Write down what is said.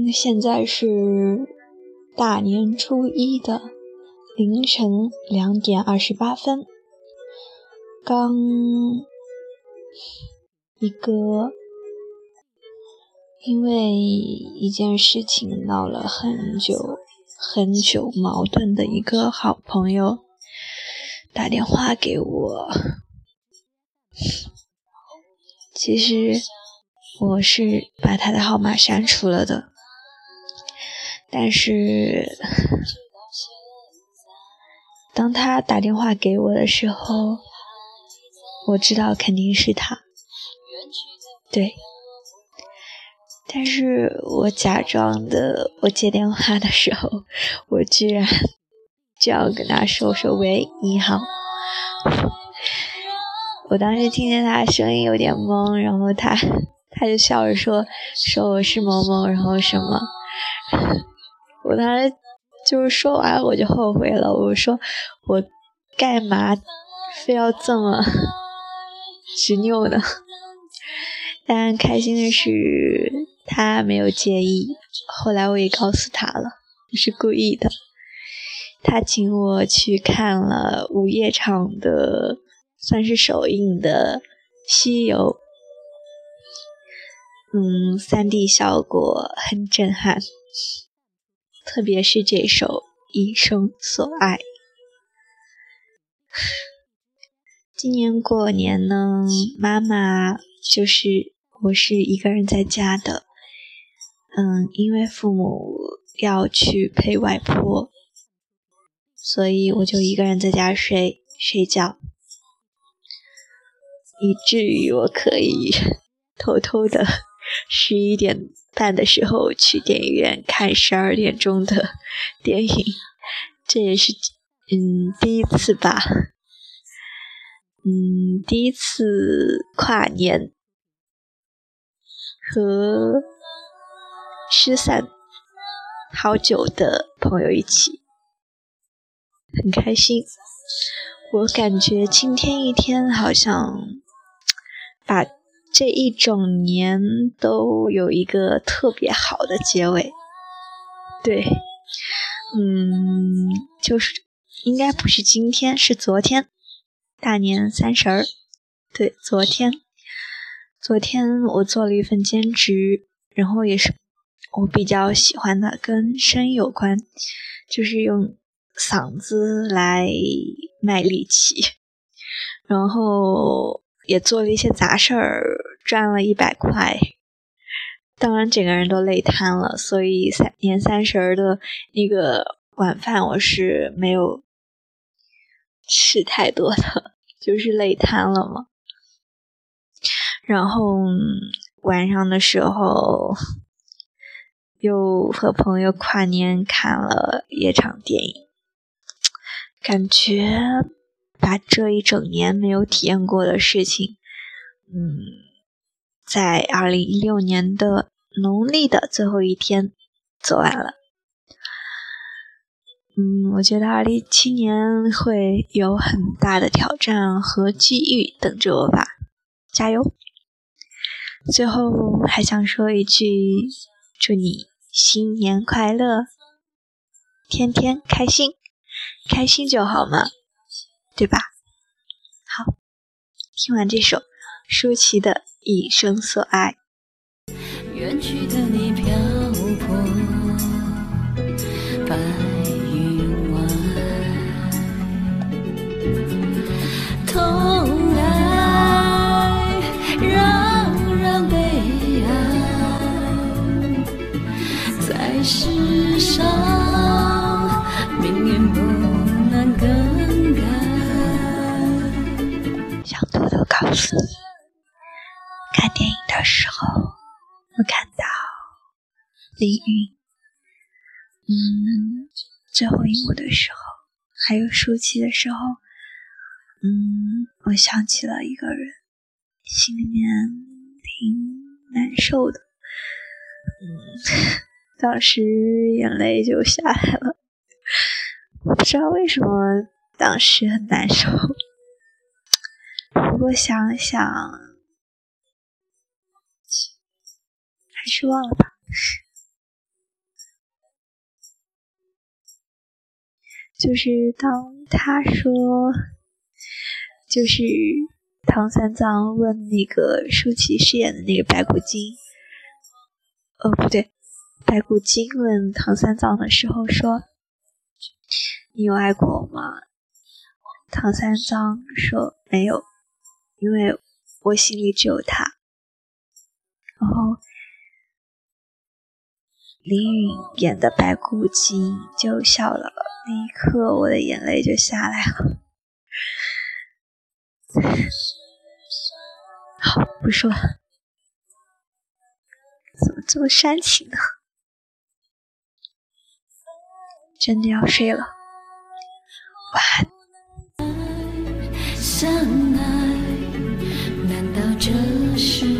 现在是大年初一的凌晨2点28分，刚因为一件事情闹了很久矛盾的一个好朋友打电话给我。其实我是把他的号码删除了的，但是当他打电话给我的时候，我知道肯定是他，对。但是我假装的，我接电话的时候，我居然这样跟他说喂，你好。我当时听见他声音有点懵，然后他就笑着说我是某某，然后什么。我当时就是说完我就后悔了，我说我干嘛非要这么执拗呢？但开心的是他没有介意，后来我也告诉他了，不是故意的。他请我去看了午夜场的算是首映的西游，3D 效果很震撼，特别是这首一生所爱。今年过年呢，我是一个人在家的，因为父母要去陪外婆，所以我就一个人在家睡觉，以至于我可以偷偷的11点半的时候去电影院看12点钟的电影，这也是第一次吧，第一次跨年和失散好久的朋友一起，很开心。我感觉今天一天好像把这一整年都有一个特别好的结尾。对，就是应该不是今天，是昨天，大年30。对，昨天我做了一份兼职，然后也是我比较喜欢的，跟声有关，就是用嗓子来卖力气，然后也做了一些杂事儿，赚了100块，当然整个人都累瘫了，所以年30的那个晚饭我是没有吃太多的，就是累瘫了嘛。然后晚上的时候又和朋友跨年看了夜场电影，感觉把这一整年没有体验过的事情，在2016年的农历的最后一天做完了。我觉得2017年会有很大的挑战和机遇等着我吧，加油！最后还想说一句，祝你新年快乐，天天开心，开心就好嘛，对吧？好，听完这首舒淇的《一生所爱》。 远去的你漂泊白云外，痛爱让悲哀，在世上命运不能更改。 想偷偷告诉你，看电影的时候我看到李云最后一幕的时候，还有舒淇的时候，我想起了一个人，心里面挺难受的，当时眼泪就下来了，我不知道为什么当时很难受，不过想想还是忘了吧。 就是当他说，就是唐三藏问那个舒淇饰演的那个白骨精，不对，白骨精问唐三藏的时候说，你有爱过我吗？唐三藏说没有，因为我心里只有他。然后林允演的白骨精就笑了，那一刻我的眼泪就下来了。好，不说了，怎么这么煽情呢？真的要睡了，晚安。 相爱，难道这是